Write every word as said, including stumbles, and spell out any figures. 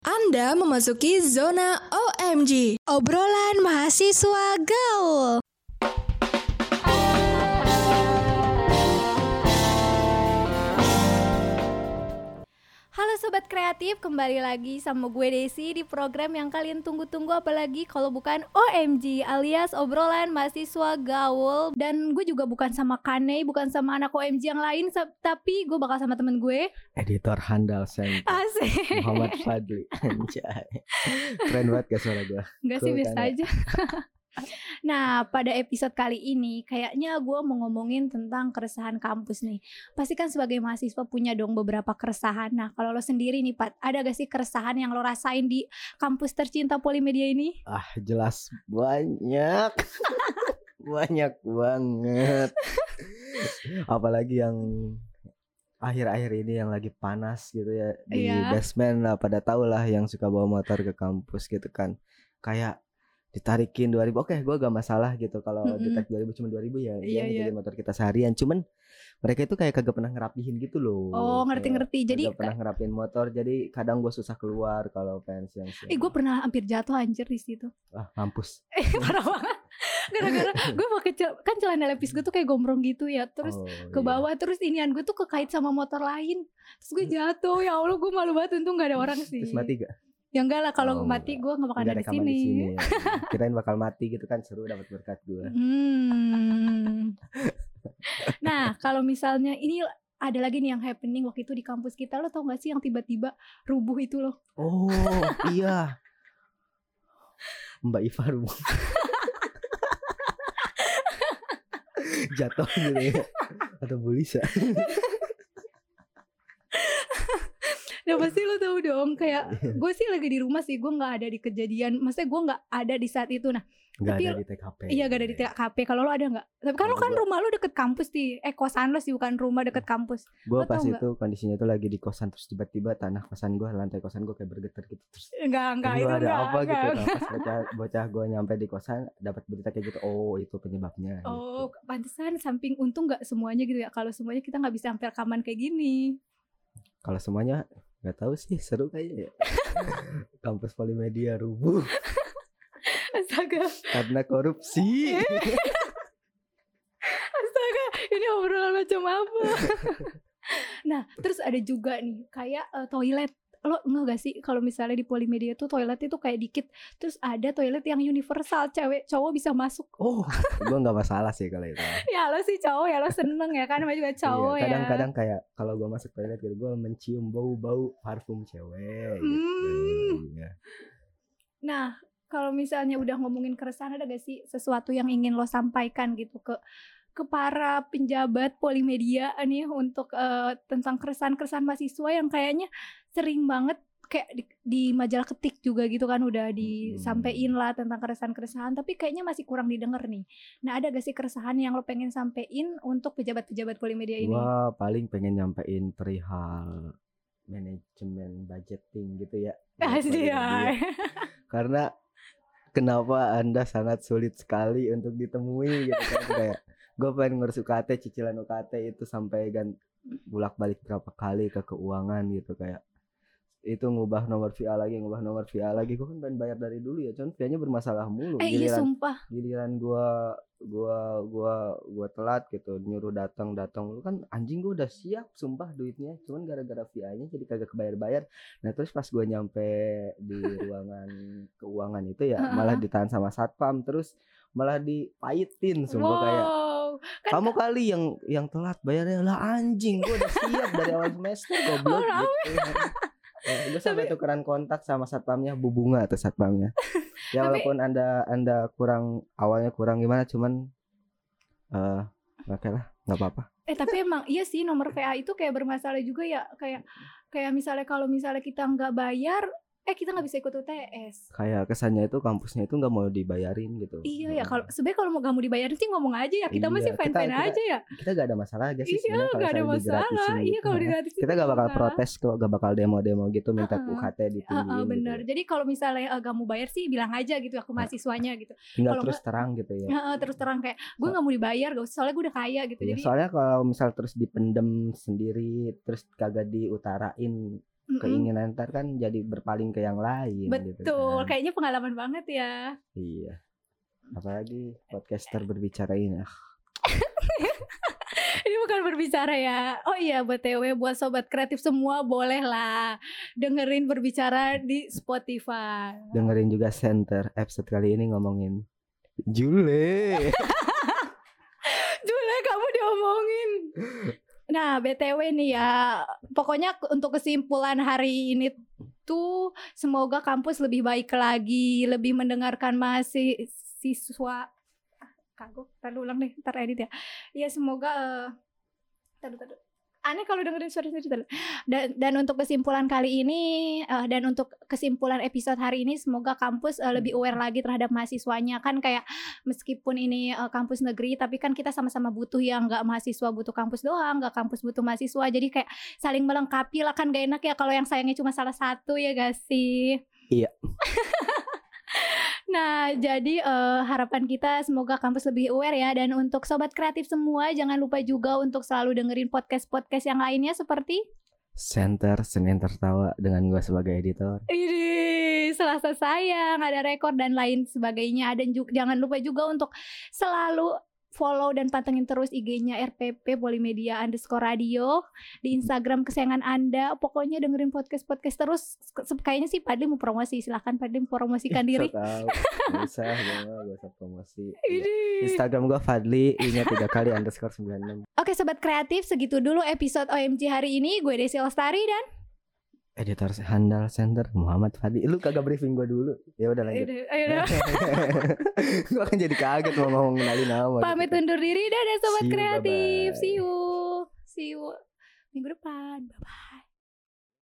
Anda memasuki zona O M G, obrolan mahasiswa gaul. Halo Sobat Kreatif, kembali lagi sama gue Desi di program yang kalian tunggu-tunggu, apalagi kalau bukan O M G alias obrolan mahasiswa gaul. Dan gue juga bukan sama Kane, bukan sama anak O M G yang lain, tapi gue bakal sama temen gue, editor handal Center Asik Muhammad Fadli. Anjay, keren banget gak suara gue? Enggak sih, biasa aja. Nah, pada episode kali ini kayaknya gue mau ngomongin tentang keresahan kampus nih. Pasti kan sebagai mahasiswa punya dong beberapa keresahan. Nah, kalau lo sendiri nih Pat, ada gak sih keresahan yang lo rasain di kampus tercinta Polimedia ini? Ah, jelas banyak. Banyak banget. Apalagi yang akhir-akhir ini yang lagi panas gitu ya. Di Iya. basement lah, pada tahu lah yang suka bawa motor ke kampus gitu kan. Kayak ditarikin dua ribu, oke gue gak masalah gitu. Kalau Mm-mm. ditarik dua ribu cuma dua ribu ya, Iya, dia iya. ngejagain motor kita seharian. Cuman mereka itu kayak kagak pernah ngerapihin gitu loh. Oh, ngerti-ngerti. Jadi Gak pernah ngerapiin motor, jadi kadang gue susah keluar kalau pengen siang-siang. Eh, gue pernah hampir jatuh anjir di situ. Ah, mampus. Eh, parah banget. Gara-gara gue pakai cel- kan celana lepis gue tuh kayak gombrong gitu ya, terus Oh, ke iya. bawah, terus inian gue tuh kekait sama motor lain, terus gue jatuh. Ya Allah, gue malu banget, untung gak ada orang sih. Terus mati gak? Ya enggak lah, kalau Oh, mati gue gak bakal Nggak ada di rekaman sini. ya. Kirain bakal mati gitu kan, seru dapat berkat gue. Hmm. Nah, kalau misalnya ini ada lagi nih yang happening waktu itu di kampus kita, lo tau gak sih yang tiba-tiba rubuh itu loh? Oh iya, Mbak Iva rumah jatuh gitu ya, atau Bu Lisa. Nah pasti lo tahu dong, kayak gue sih lagi di rumah sih, gue nggak ada di kejadian, maksudnya gue nggak ada di saat itu. Nah, Nggak tapi ada di T K P. iya gak ada di T K P. Kalau lo ada nggak? Tapi kan lo kan rumah lo deket kampus di, eh kosan lo sih bukan rumah, deket kampus. Gue Lo pas tau itu kondisinya tuh lagi di kosan, terus tiba-tiba tanah kosan gue, lantai kosan gue kayak bergetar gitu. Terus Enggak, enggak ini itu ada enggak, apa enggak, gitu. Nah, enggak. pas bocah bocah gue nyampe di kosan dapat berita kayak gitu. Oh, itu penyebabnya. Oh, Gitu. pantesan samping untung nggak semuanya gitu ya. Kalau semuanya kita nggak bisa sampai rekaman kayak gini. Kalau semuanya nggak tahu sih, seru kayaknya ya. Kampus Polimedia rubuh Astaga, karena korupsi. astaga, ini obrolan macam apa? Nah, terus ada juga nih kayak uh, toilet. Lo nggak gak sih kalau misalnya di Polimedia tuh toiletnya tuh kayak dikit, terus ada toilet yang universal, cewek cowok bisa masuk. Oh, gue nggak masalah sih kalau itu. Ya lo sih cowok ya, lo seneng ya kan, namanya juga cowok Iya, ya. kadang-kadang kayak kalau gue masuk toilet gitu, gue mencium bau-bau parfum cewek. Gitu. Hmm. Iya. Nah, kalau misalnya udah ngomongin keresahan, ada gak sih sesuatu yang ingin lo sampaikan gitu ke ke para penjabat Polimedia nih untuk uh, tentang keresahan-keresahan mahasiswa yang kayaknya sering banget kayak di, di majalah Ketik juga gitu kan udah disampein lah tentang keresahan-keresahan, tapi kayaknya masih kurang didengar nih. Nah, ada gak sih keresahan yang lo pengen sampein untuk pejabat-pejabat Polimedia ini? Gue paling pengen nyampein perihal manajemen budgeting gitu ya. Asli ya. Karena kenapa Anda sangat sulit sekali untuk ditemui gitu kan. Kayak gue pengen ngurus U K T, cicilan U K T itu sampai gan bolak-balik berapa kali ke keuangan gitu, kayak itu ngubah nomor V A lagi, ngubah nomor V A lagi. Gue kan pengen bayar dari dulu ya, cuman V A-nya bermasalah mulu. Eh iya sumpah. Giliran gua gua gua gua telat gitu, nyuruh datang datang lu kan anjing, gue udah siap sumpah duitnya, cuman gara-gara V A-nya jadi kagak kebayar-bayar. Nah terus pas gua nyampe di ruangan keuangan itu ya malah ditahan sama satpam, terus malah dipahitin sumpah. Wow. Kayak Kan kamu kali yang yang telat bayarnya. Lah anjing, gue udah siap dari awal semester goblok gitu. Ya, gue sampai tukeran kontak sama satpamnya, Bu Bunga atau satpamnya. Ya walaupun Tapi, anda anda kurang awalnya kurang gimana, cuman uh, oke lah, nggak apa-apa. Eh tapi emang iya sih, nomor V A itu kayak bermasalah juga ya, kayak kayak misalnya kalau misalnya kita nggak bayar, eh kita nggak bisa ikut U T S. Kayak kesannya itu kampusnya itu nggak mau dibayarin gitu. Iya ya, kalau sebenarnya kalau mau nggak mau dibayarin sih ngomong aja ya, kita iya, masih fine fine kita, aja ya. Kita gak ada masalah aja sih. Iya nggak ada masalah. Iya kalau digratisin. Kita gak bakal protes kok, gak bakal demo-demo gitu minta uh-uh. U K T ditinggiin. Uh-uh, bener. Gitu. Jadi kalau misalnya uh, gak mau bayar sih bilang aja gitu ya ke mahasiswanya gitu. Tinggal kalo terus gak, terang gitu ya. Uh, terus terang kayak gue nggak mau dibayar, gak usah, soalnya gue udah kaya gitu. Iya, jadi soalnya kalau misal terus dipendem sendiri, terus kagak diutarain Mm-mm. keinginan ntar kan jadi berpaling ke yang lain. Betul, gitu kan. kayaknya pengalaman banget ya. Iya. Apalagi podcaster berbicara ini. Ah, Ini bukan berbicara ya. Oh iya, B T W buat sobat kreatif semua boleh lah dengerin berbicara di Spotify. dengerin juga Center episode kali ini ngomongin Jule. Jule, kamu diomongin. Nah, B T W nih ya, pokoknya untuk kesimpulan hari ini tuh semoga kampus lebih baik lagi, lebih mendengarkan mahasiswa. Ah, kagok, ntar ulang deh, ntar edit ya. Ya semoga, uh, taduh, taduh. Aneh kalau dengerin suara sendiri. Dan, dan untuk kesimpulan kali ini uh, dan untuk kesimpulan episode hari ini, semoga kampus uh, lebih aware lagi terhadap mahasiswanya. Kan kayak meskipun ini uh, kampus negeri, tapi kan kita sama-sama butuh ya, nggak mahasiswa butuh kampus doang, nggak kampus butuh mahasiswa. Jadi kayak saling melengkapi lah, kan gak enak ya kalau yang sayangnya cuma salah satu, ya gak sih? Iya. Nah, jadi uh, harapan kita semoga kampus lebih aware ya. Dan untuk sobat kreatif semua, jangan lupa juga untuk selalu dengerin podcast-podcast yang lainnya seperti Center Senin Tertawa dengan gue sebagai editor. ini Selasa Sayang, ada rekor dan lain sebagainya. Dan juga, jangan lupa juga untuk selalu follow dan pantengin terus I G-nya R P P Polimedia underscore radio, di Instagram kesayangan Anda. Pokoknya dengerin podcast-podcast terus. Kayaknya sih Padli mau promosi, silahkan Padli promosikan diri. So tau, gak usah, gak usah promosi. Instagram gue Fadli, ingat tiga kali underscore sembilan enam. Oke sobat kreatif, segitu dulu episode O M G hari ini. Gue Desi Lestari dan editor handal Center Muhammad Fadli. Lu kagak briefing gue dulu. Ya udah lanjut. Gue akan jadi kaget mau ngomong kenalin nama. Pamit gitu. undur diri, dadah sobat See you, kreatif. bye-bye. See you. See you minggu depan. Bye bye.